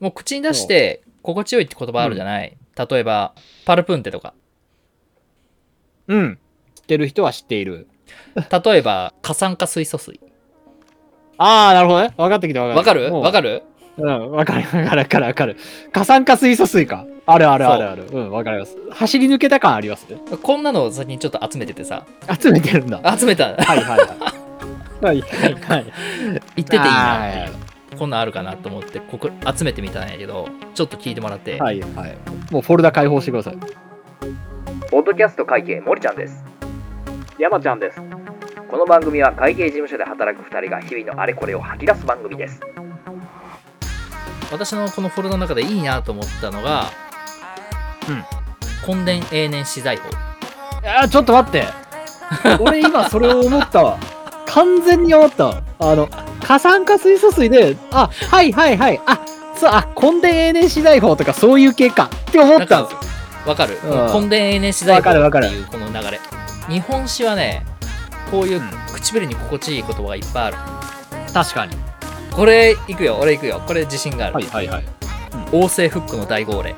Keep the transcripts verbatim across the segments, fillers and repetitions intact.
もう口に出して心地よいって言葉あるじゃない、うん、例えばパルプンテとか。 うん、知ってる人は知っている。 例えば過酸化水素水。 ああ、なるほどね。分かってきた。 分かる分かるうん、分かる分かる分かる分かる。過酸化水素水か。あるあるあるある。うん、分かります。走り抜けた感ありますね。 こんなのを先にちょっと集めててさ。 集めてるんだ。 集めた。 はいはいはい。はいはいはい。 言ってていいなっていう。こんなんあるかなと思ってここ集めてみたんやけど、ちょっと聞いてもらって。 はいはい。もうフォルダ開放してください。 ポッドキャスト会計森ちゃんです。 山ちゃんです。 この番組は会計事務所で働くふたりが日々のあれこれを吐き出す番組です。私のこのフォルダの中でいいなと思ったのが、うん、根伝永年資材法。 いやちょっと待って俺今それを思ったわ。完全に思ったわ。あの過酸化水素水で、あ、はいはいはい、あ、そう、あ、根伝永年資材法とかそういう系かって思ったんですよ。 わかる、うん、根伝永年資材法っていうこの流れ。日本史はね、こういう唇に心地いい言葉がいっぱいある。 確かに。 これいくよ、俺いくよ。これ自信がある。 はいはいはい。 うん、王政復古の大号令。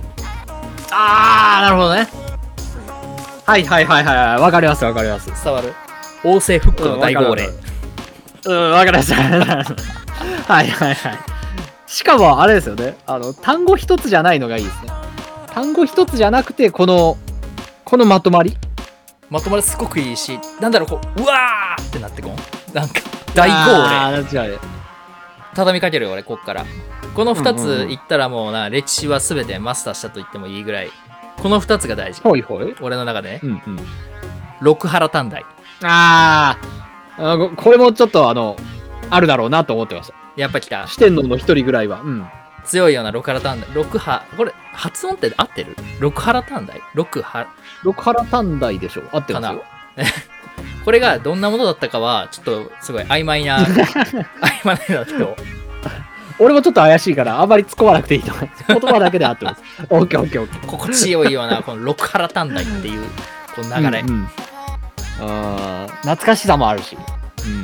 あー、なるほどね。はいはいはいはい、わかりますわかります。 伝わる？王政復古の大号令。 うん、わかりました。はいはいはい。しかもあれですよね。あの単語一つじゃないのがいいですね。単語一つじゃなくてこのこのまとまり。 まとまりすごくいいし、なんだろう、こううわーってなってこん。なんか大号令。畳みかけるよ俺こっから。このふたついったらもうな、歴史はすべてマスターしたと言ってもいいぐらい。このふたつが大事。 ほいほい。 俺の中でね。 うんうん。 六原短大。 あー、これもちょっとあのあるだろうなと思ってました。 やっぱ来た。 四天王の一人ぐらいは。うん。 強いような六原短大。六波、これ発音って合ってる？六原短大？六原。 六原短大でしょ。合ってますよ。 これがどんなものだったかはちょっとすごい曖昧な曖昧なんだけど。 俺もちょっと怪しいからあんまり突っ込まなくていいと思います。言葉だけで合ってます。オッケーオッケーオッケー。 心地よいようなこの六原短大っていうこの流れ。うんうん、 あ懐かしさもあるし。うん、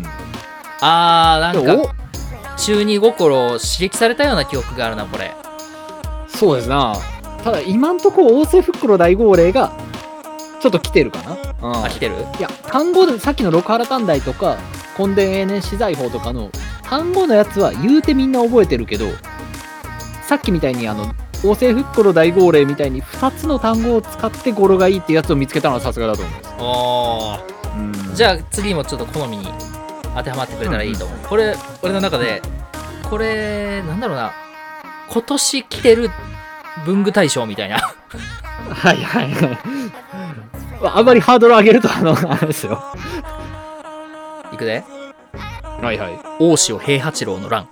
あーなんか中二心を刺激されたような記憶があるなこれ。 そうですな。ただ今んとこ王政復古の大号令がちょっと来てるかな。 うん、あ来てる？ いや単語でさっきの六原短大とか根伝永年資材法とかの単語のやつは言うてみんな覚えてるけど、さっきみたいにあの王政復古の大号令みたいにふたつの単語を使って語呂がいいってやつを見つけたのはさすがだと思います。 あー、うん、じゃあ次もちょっと好みに当てはまってくれたらいいと思う、うん、これ俺の中でこれなんだろうな、今年来てる文具大賞みたいなはいはいはいあんまりハードル上げるとあのあれですよ。 いくで。 はいはい。 大塩平八郎の乱。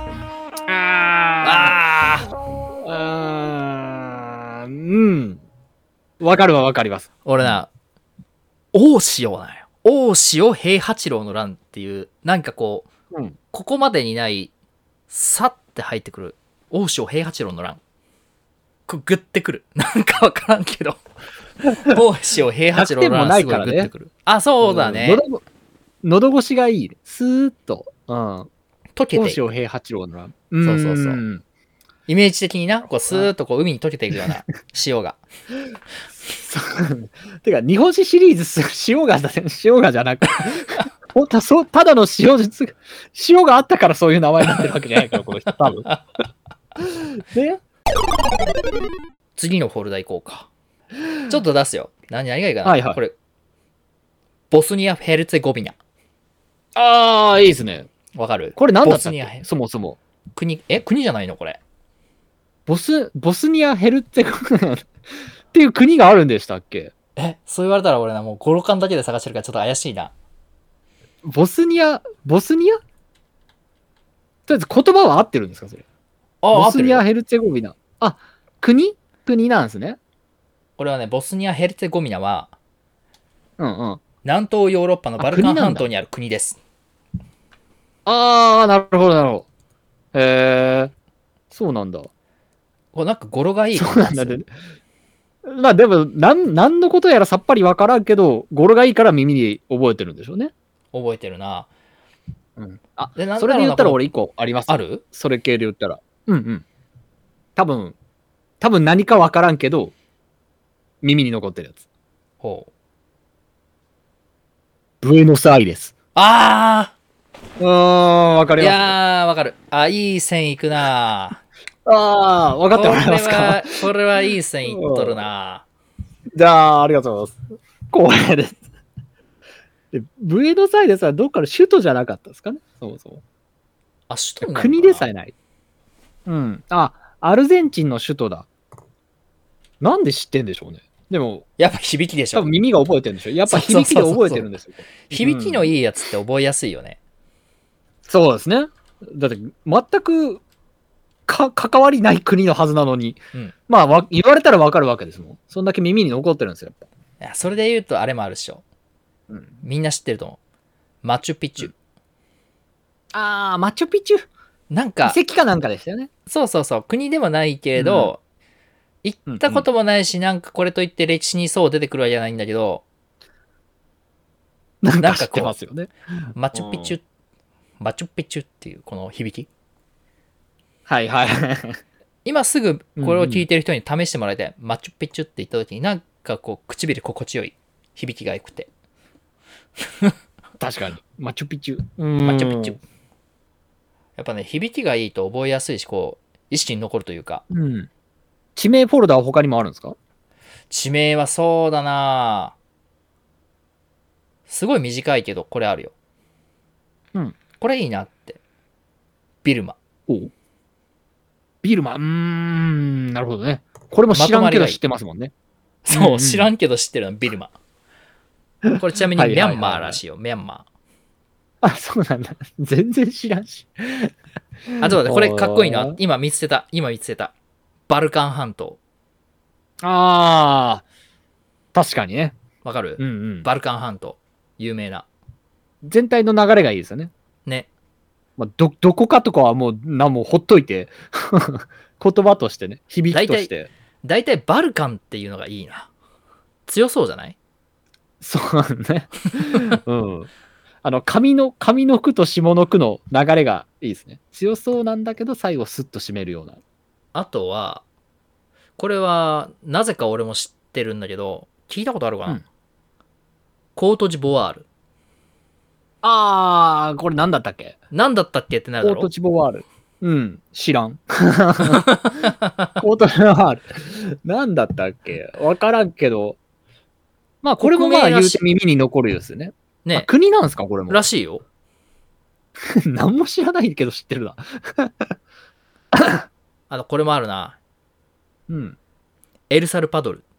あーあーうんわかるはわかります。 俺な、大塩なんよ。大塩平八郎の乱っていうなんかこう、うん、ここまでにないさって入ってくる大塩平八郎の乱。こうグッてくる。なんかわからんけど大塩平八郎の乱すごいグッてくる。あ、そうだね。 喉越しがいい。スーッと。うん。 溶けていく。 大塩平八郎の乱。 そうそうそう。イメージ的にな、こうスーッとこう海に溶けていくような塩が。 てか日本史シリーズ塩がだね、塩がじゃなくて本当はそうただの塩術塩があったからそういう名前になってるわけじゃないからこの人多分。で次のフォルダ行こうか。ちょっと出すよ。何何がいいかな、 はいはい、 これボスニア・ヘルツェゴビナ。 ああいいですね。 わかる？ これ何だったっけ？そもそも国、え国じゃないのこれ。 ボスボスニア・ヘルツェゴビナっていう国があるんでしたっけ？ え、そう言われたら俺な、もうゴロカンだけで探してるからちょっと怪しいな。 ボスニア、ボスニア？とりあえず言葉は合ってるんですかそれ？ あ、 ボスニア・ヘルツェゴビナ。あ、国？国なんですね。 これはね、ボスニア・ヘルツェゴビナは、 うんうん。 南東ヨーロッパのバルカン半島にある国です。 ああ、なるほどなるほど。へえ、そうなんだ。 これなんか語呂がいい。 そうなんだね。まあでもなん何のことやらさっぱりわからんけど語呂がいいから耳に覚えてるんでしょうね。 覚えてるな。 うん。あ、でそれで言ったら俺いっこあります。 ある？ それ系で言ったら。うんうん。 多分、多分何かわからんけど、耳に残ってるやつ。 ほう。 ブエノスアイレス。 あうーん、わかーいります。 やー、わかる。あ、いい線いくなああ、わかってもらえますか？ これは、これはいい線いっとるなじゃあ、ありがとうございます。光栄です。でブエノスアイレスはどっかの首都じゃなかったですかね、そもそも。 あ、首都になるのかな国でさえない。うん。あ、アルゼンチンの首都だ。なんで知ってんでしょうね。でも、 やっぱ響きでしょ。 多分耳が覚えてるんでしょ。やっぱ響きで覚えてるんですよ。 響きのいいやつって覚えやすいよね。 そうですね。だって、全くか関わりない国のはずなのに、 うん、 まあわ、言われたらわかるわけですもん。そんだけ耳に残ってるんですよ、やっぱ。 いやそれで言うとあれもあるっしょ。 うん、 みんな知ってると思う。マチュピチュ。うん、 あー、マチュピチュ。 なんか、 遺跡かなんかでしたよね。 そうそうそう、国でもないけれど、うん、行ったこともないし、なんかこれといって歴史にそう出てくるわけじゃないんだけど、 なんか知ってますよね。 マチュピチュ、マチュピチュっていうこの響き。 はいはい。 今すぐこれを聞いてる人に試してもらいたい。うんうん、マチュピチュって言った時になんかこう唇心地よい響きが良くて。 確かに。マチュピチュ。 マチュピチュ。やっぱね、響きがいいと覚えやすいし、こう、意識に残るというか。 うん。地名フォルダは他にもあるんですか？ 地名はそうだなすごい短いけど、これあるよ。 うん。 これいいなって。ビルマ。 おう。ビルマ。うーん、なるほどね。これも知らんけど知ってますもんね。 そう、うんうん、知らんけど知ってるのビルマ。これちなみにミャンマーらしいよ、ミャンマー。 あ、そうなんだ。全然知らんし。 あとこれかっこいいな。今見つけた。今見つけた。バルカン半島。 ああ、確かにね。 わかる、 うんうん、 バルカン半島。有名な。 全体の流れがいいですよね。 ね。 まあ、ど、どこかとかはもう、なんもほっといて。言葉としてね。響きとして。 だいたいバルカンっていうのがいいな。強そうじゃない？ そうね。うん。あの、上の、上の句と下の句の流れがいいですね。強そうなんだけど、最後スッと締めるような。 あとは、これは、なぜか俺も知ってるんだけど、聞いたことあるかな、うん、コートジボワール。 あー、これ何だったっけ何だったっけってなるだろ。 コートジボワール。うん、知らん。コートジボワール。何だったっけわからんけど。まあ、これもまあ言うて耳に残るですよね。ね、国なんですかこれも。 らしいよ。 何も知らないけど知ってるな。 あと、これもあるな。 うん。 エルサルパドル。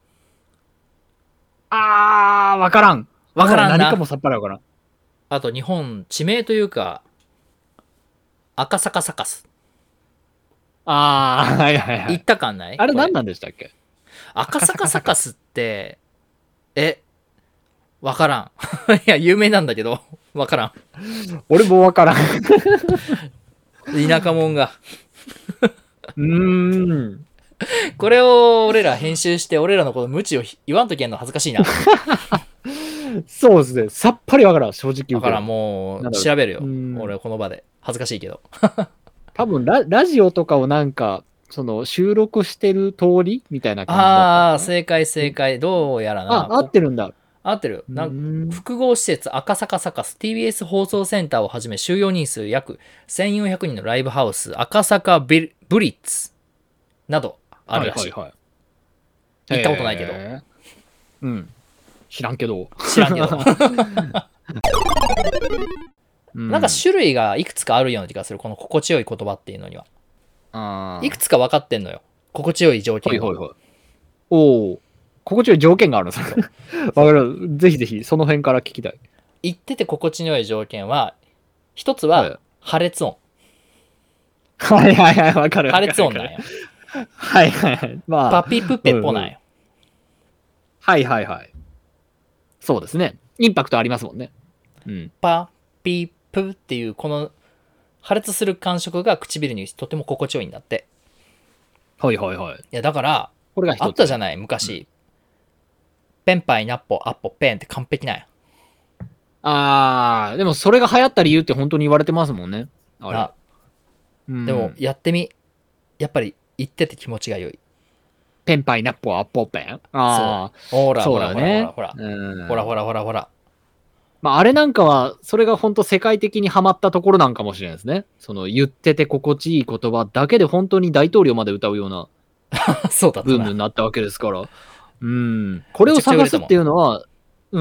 あー、わからん。 わからんな。 何かもさっぱりわからん。 あと、日本、地名というか、赤坂サカス。 あー、はいはいはい。 行った感ない？ あれ何なんでしたっけ？ 赤坂サカスって、え、わからん。いや、有名なんだけど、わからん。 俺もわからん。 田舎者が。 うーん。 これを俺ら編集して、俺らのこの無知を言わんときやんの恥ずかしいな。 そうですね。さっぱりわからん、正直言うだからもう、調べるよ。俺この場で。恥ずかしいけど。 多分ラ、ラジオとかをなんか、その収録してる通りみたいな感じだった。 ああ、正解正解。どうやらな。 あ、合ってるんだ。 合ってる。なん複合施設赤坂サカス ティービーエス 放送センターをはじめ収容人数約せんよんひゃくにんのライブハウス赤坂ビブリッツなどあるらしい。はいはいはい、行ったことないけど。 うん。知らんけど。 知らんけど。なんか種類がいくつかあるような気がする。この心地よい言葉っていうのには。あいくつか分かってんのよ。心地よい条件が。はいはいはい、 おお。心地よい条件があるんですか？わかる。ぜひぜひ、その辺から聞きたい。 言ってて心地の良い条件は、一つは破裂音。 はいはいはい、わかる。 破裂音なんや。 はいはいはい。まあ、パピプペポなんや。 はいはいはい。そうですね。インパクトありますもんね。 うん。パピプっていう、この破裂する感触が唇にとても心地よいんだって。 はいはいはい。いや、だから、これがあったじゃない、昔。うん、ペンパイナッポアッポペンって完璧なんや。 あー、でもそれが流行った理由って本当に言われてますもんね。あれ。 あ、うん、でもやってみ。やっぱり言ってて気持ちが良い。 ペンパイナッポーアッポーペン。ああ、 ほらそうほらほらほだねらほら。 うんほらほらほらほら。 まあ、あれなんかは、それが本当世界的にハマったところなんかもしれないですね。その言ってて心地いい言葉だけで本当に大統領まで歌うようなそうだったブームにな。 なったわけですから。うん。これを探すっていうのは、うん。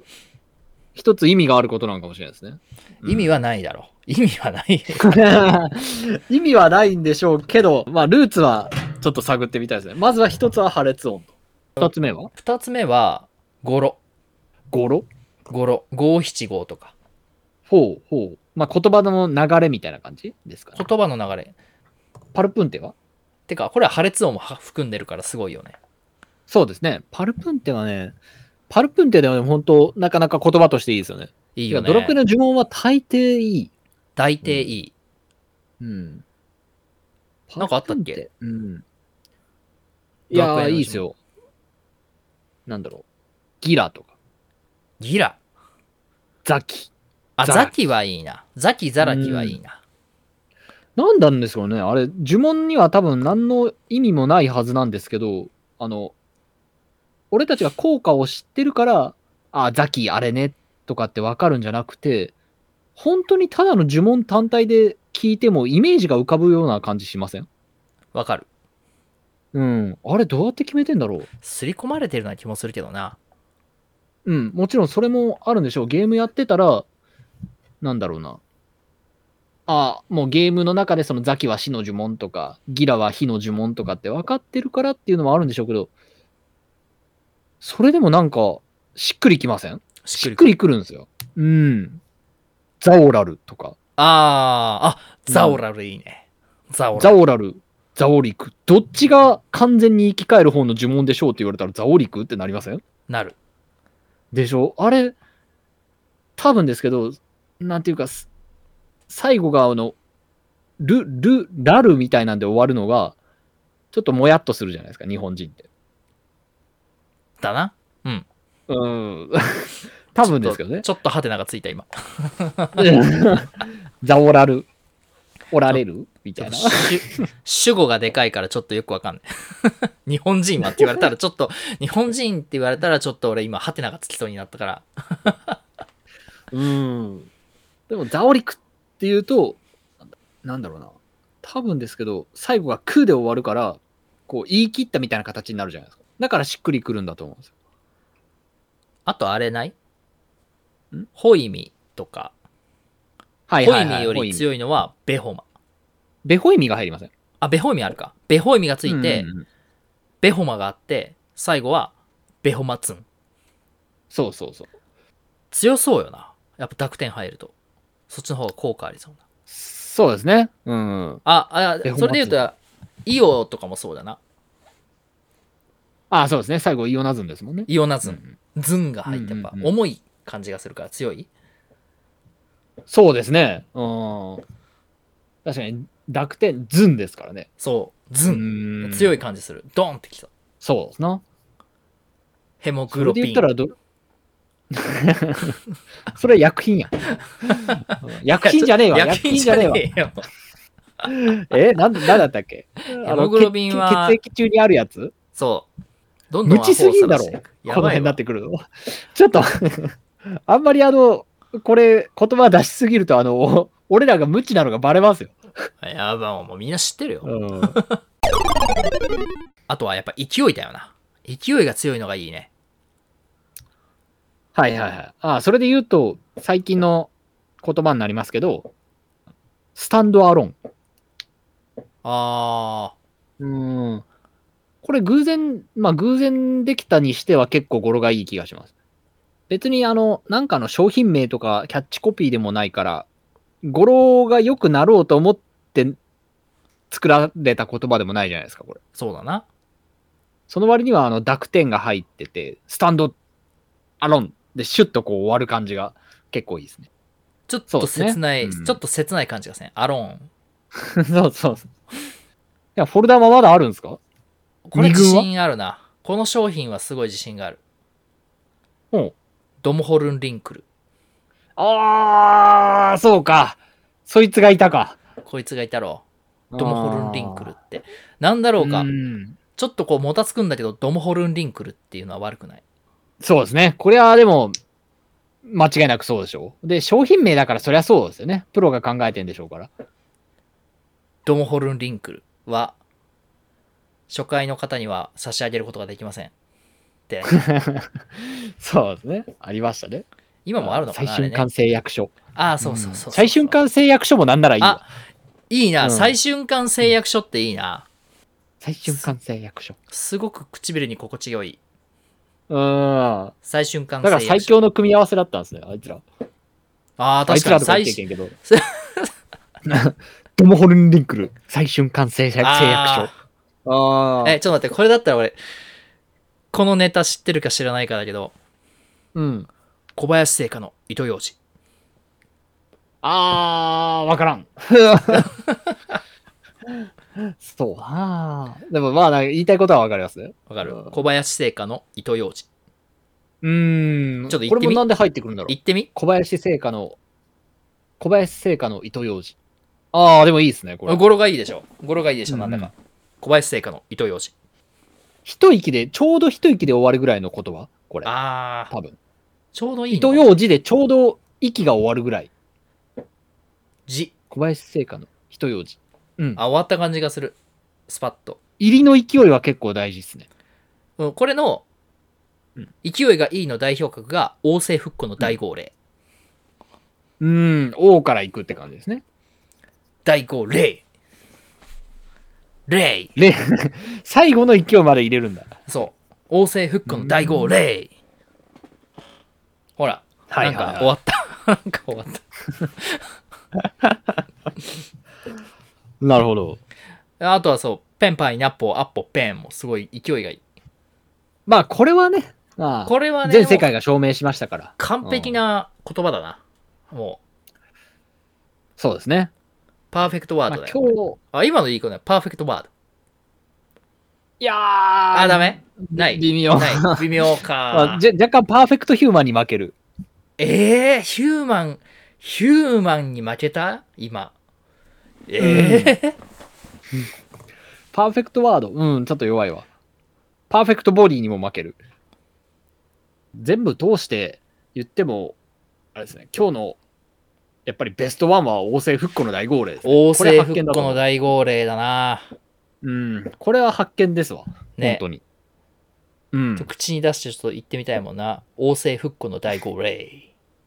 一つ意味があることなのかもしれないですね。 意味はないだろう。意味はない。 意味はないんでしょうけど、まあ、ルーツはちょっと探ってみたいですね。まずは一つは破裂音と。二つ目は二つ目は、語呂。 語呂語呂。五七五とか。 ほうほう。まあ、言葉の流れみたいな感じですかね。 言葉の流れ。 パルプンテはてか、これは破裂音も含んでるからすごいよね。 そうですね。パルプンテはね、パルプンテでは本当、なかなか言葉としていいですよね。 いいよね。 ドラクエの呪文は大抵いい。 大抵いい。 うん。うん、 なんかあったっけ？ うん。いやー、いいですよ。なんだろう。ギラとか。 ギラ。 ザキ。 あ、ザキはいいな。ザキ、ザラキはいいな。 なんなんですかね。あれ、呪文には多分何の意味もないはずなんですけど、あの、俺たちが効果を知ってるから、あ、ザキあれね、とかってわかるんじゃなくて、本当にただの呪文単体で聞いてもイメージが浮かぶような感じしません？ わかる。 うん。あれどうやって決めてんだろう？ 刷り込まれてるような気もするけどな。 うん。もちろんそれもあるんでしょう。ゲームやってたら、なんだろうな。あ、もうゲームの中でそのザキは死の呪文とか、ギラは火の呪文とかって分かってるからっていうのもあるんでしょうけど、それでもなんか、しっくりきません？しっくりくるんですよ。うん。ザオラルとか。 あー、あ、ザオラルいいね。 ザオラル。ザオラル、ザオリク。どっちが完全に生き返る方の呪文でしょうって言われたらザオリクってなりません？ なる。 でしょ？あれ、多分ですけど、なんていうか、最後があの、ル、ル、ラルみたいなんで終わるのが、ちょっともやっとするじゃないですか、日本人って。 だな。うん。 うん。多分ですけどね。 ちょっとハテナがついた今。 ザオラル。おられるみたいな。 主語がでかいからちょっとよくわかんない。日本人はって言われたらちょっと、日本人って言われたらちょっと俺今ハテナがつきそうになったから。 うん。でもザオリクっていうと、なんだろうな。多分ですけど、最後がクで終わるから、こう言い切ったみたいな形になるじゃないですか。だからしっくりくるんだと思うんですよ。 あとあれない？んホイミとか。 はいはいはい、 ホイミより強いのはベホマ。 ベホイミが入りません？ あ、ベホイミあるか。ベホイミがついて、うんうんうん、ベホマがあって、最後はベホマツン。 そうそうそう。 強そうよな。やっぱ濁点入ると。そっちの方が効果ありそうな。 そうですね。うん。 あ、あ、それで言うと、イオとかもそうだな。 あ、そうですね。最後イオナズンですもんね。 イオナズン。うん、ズンが入ってやっぱ重い感じがするから強い。 そうですね。うん。確かに濁点ズンですからね。 そう。ズン。強い感じする。ドンってきた。 そうですな。 ヘモグロビン。 それで言ったらどそれは薬品や。薬品じゃねえわ。薬品じゃねえわ。え、なんだ、なんだったっけ？ ヘモグロビンは血液中にあるやつ？ そう。どんどん無知すぎんだろ。この辺になってくるの。ちょっとあんまりあの、これ言葉出しすぎるとあの、俺らが無知なのがバレますよ。 いや、まあもうみんな知ってるよ。うん、あとはやっぱ勢いだよな。勢いが強いのがいいね。 はいはいはい。ああ、それで言うと、最近の言葉になりますけど、スタンドアロン。 ああ。 うーん。これ偶然、まあ偶然できたにしては結構語呂がいい気がします。別にあの、なんかの商品名とかキャッチコピーでもないから、語呂が良くなろうと思って作られた言葉でもないじゃないですか、これ。 そうだな。 その割にはあの濁点が入ってて、スタンドアロンでシュッとこう終わる感じが結構いいですね。 ちょっと切ない、ねうん、ちょっと切ない感じがすね。アロン。 そうそうそう。いや、フォルダはまだあるんですか？ これ自信あるな。この商品はすごい自信がある。 うん。 ドムホルンリンクル。 あー、そうか。そいつがいたか。 こいつがいたろ。ドムホルンリンクルって。 なんだろうか、 うんちょっとこうもたつくんだけどドムホルンリンクルっていうのは悪くない。 そうですね。これはでも、間違いなくそうでしょう。で、商品名だからそりゃそうですよね。プロが考えてんでしょうから。 ドムホルンリンクルは初回の方には差し上げることができませんってそうですね。ありましたね。 今もあるのかな。 最瞬間誓約書。 ああ、そうそうそうそう。 最瞬間誓約書もなんならいいわ。 あ、いいな、 うん最瞬間誓約書っていいな。 最瞬間誓約書。 すごく唇に心地よい。 うん。 最瞬間だから最強の組み合わせだったんですね、あいつら。 ああ、 あい確かにつらとか言最ってんけど。ドムホルンリンクル、最瞬間誓約書。 あああ。 え、ちょっと待って、これだったら俺、このネタ知ってるか知らないかだけど、 うん。 小林製菓の糸ようじ。 あー、わからん。そうなあ。でもまあ、なんか言いたいことはわかりますね。 わかる、 うん小林製菓の糸ようじ。 うーん。 ちょっと言ってみこれもなんで入ってくるんだろう。 言ってみ。 小林製菓の、小林製菓の糸ようじ。ああ、でもいいですね、これ。 語呂がいいでしょ。語呂がいいでしょ、 うんうんなんだか。小林製菓の糸ようじ。 一息で、ちょうど一息で終わるぐらいの言葉これ。 ああ、 多分。 ちょうどいいの。 糸ようじでちょうど息が終わるぐらい。 じ。 小林製菓の糸ようじ。うん。 あ、終わった感じがする。スパッと。 入りの勢いは結構大事ですね。 うんこれのうん勢いがいいの代表格が王政復古の大号令。 うーん。王から行くって感じですね。 大号令。令。 で、最後の勢いまで入れるんだ。 そう。王政復古の大号令。ほら。 はいはいはいなんか終わった。なんか終わった。 なるほど。 あとはそう、ペンパイナッポーアッポペンもすごい勢いがいい。 まあ、これはね、まあ、 これはね、 全世界が証明しましたから。 完璧な言葉だな。もう、 そうですね。 パーフェクトワーまあ、 ドだよ。 今日、 あ、今のいい子ね。パーフェクトワード。 いやー、 あ、ダメない。 微妙。 ない。微妙まかあ。じゃ若干パーフェクトヒューマンに負ける。 えー、ヒューマン、ヒューマンに負けた今。えー、 パーフェクトワード、うん、ちょっと弱いわ。パーフェクトボディにも負ける。全部通して言っても、あれですね、今日の、やっぱりベストワンは王政復古の大号令です、ね。 王政復これ発見だと思う古の大号令だな。 うん、これは発見ですわ。 ね本当に。うん。 口に出してちょっと言ってみたいもんな。王政復古の大号令。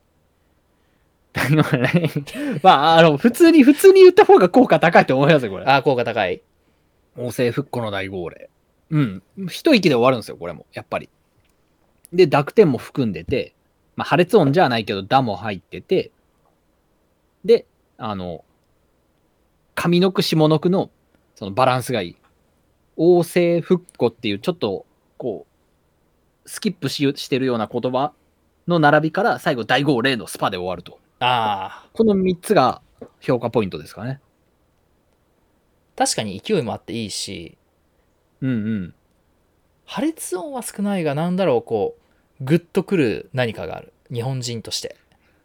まあ、あの、普通に、普通に言った方が効果高いと思いますよ、これ。 あー、効果高い。 王政復古の大号令。うん。一息で終わるんですよ、これも。やっぱり。で、濁点も含んでて、まあ、破裂音じゃないけど、打も入ってて、で、あの、上の句、下の句の、そのバランスがいい。王政復古っていう、ちょっと、こう、スキップししてるような言葉の並びから、最後、大号令のスパで終わると。 ああ。 このみっつが評価ポイントですかね。 確かに勢いもあっていいし、 うんうん。 破裂音は少ないが、なんだろう、こう、グッとくる何かがある。日本人として。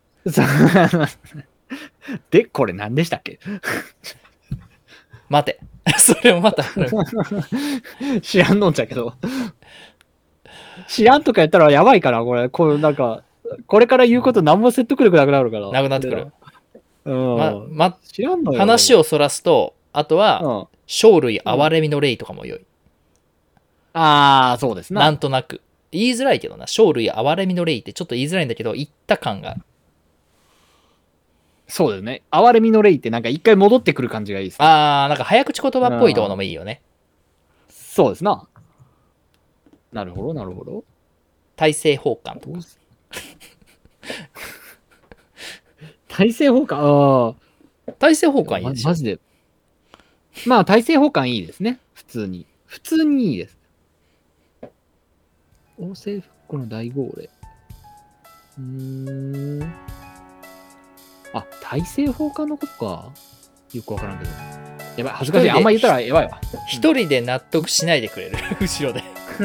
で、これ何でしたっけ？ 待て。それもまたある。 知らんのんちゃうけど。知らんとかやったらやばいから、これ。こうなんか、これから言うこと何も説得力なくなるから。 なくなってくる。 うん。 ま、ま、 知らんのよ。 話をそらすと、あとは、 うん。 生類憐れみの霊とかも良い。 ああ、そうですな。 なんとなく。言いづらいけどな。生類憐れみの霊ってちょっと言いづらいんだけど、言った感が。 そうだよね。哀れみの霊ってなんか一回戻ってくる感じがいいです、ね。 あー、なんか早口言葉っぽいところもいいよね。 そうですな。なるほど、なるほど。 大政奉還とか。 大政奉還、ああ。 大政奉還いいまでしょ。 マジで。まあ、大政奉還いいですね。普通に。普通にいいです。王政復古の大号令。うーん。あ、大政奉還のことか。よくわからんけど。やばい、恥ずかしい。あんま言ったらやばいわ。 一人で納得しないでくれる。後ろで。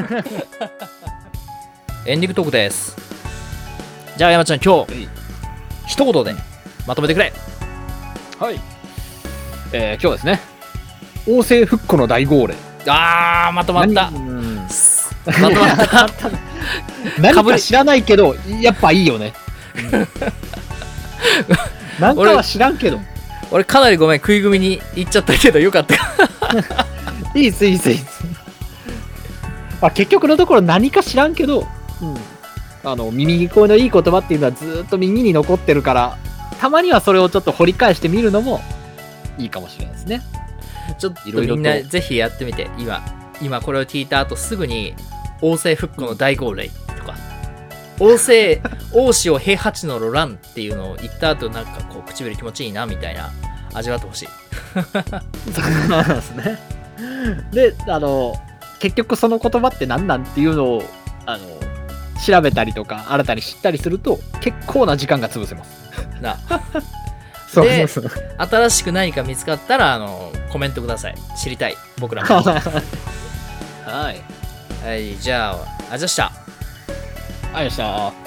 エンディングトークです。じゃあ山ちゃん今日、一言でまとめてくれ。 はい。えー、今日ですね。 王政復古の大号令。 あーまとまった、 何、うん、 まとまった何か知らないけどやっぱいいよね、うん、なんかは知らんけど俺かなりごめん食い組みに行っちゃったけどよかったいいっすいいっすいいっす、まあ、結局のところ何か知らんけど、うん、あの耳聞こえのいい言葉っていうのはずっと耳に残ってるからたまにはそれをちょっと掘り返してみるのもいいかもしれないですね。 ちょっとみんなぜひやってみて。今今これを聞いた後すぐに王政復古の大号令とか王政王将平八のロランっていうのを言った後なんかこう唇気持ちいいなみたいな味わってほしいそうなんですね。であの結局その言葉って何なんっていうのをあの調べたりとか新たに知ったりすると結構な時間が潰せますなそうでそうそう新しく何か見つかったらあのコメントください。知りたい僕らもはいはいじゃあありがとうございました。 ありがとうございました。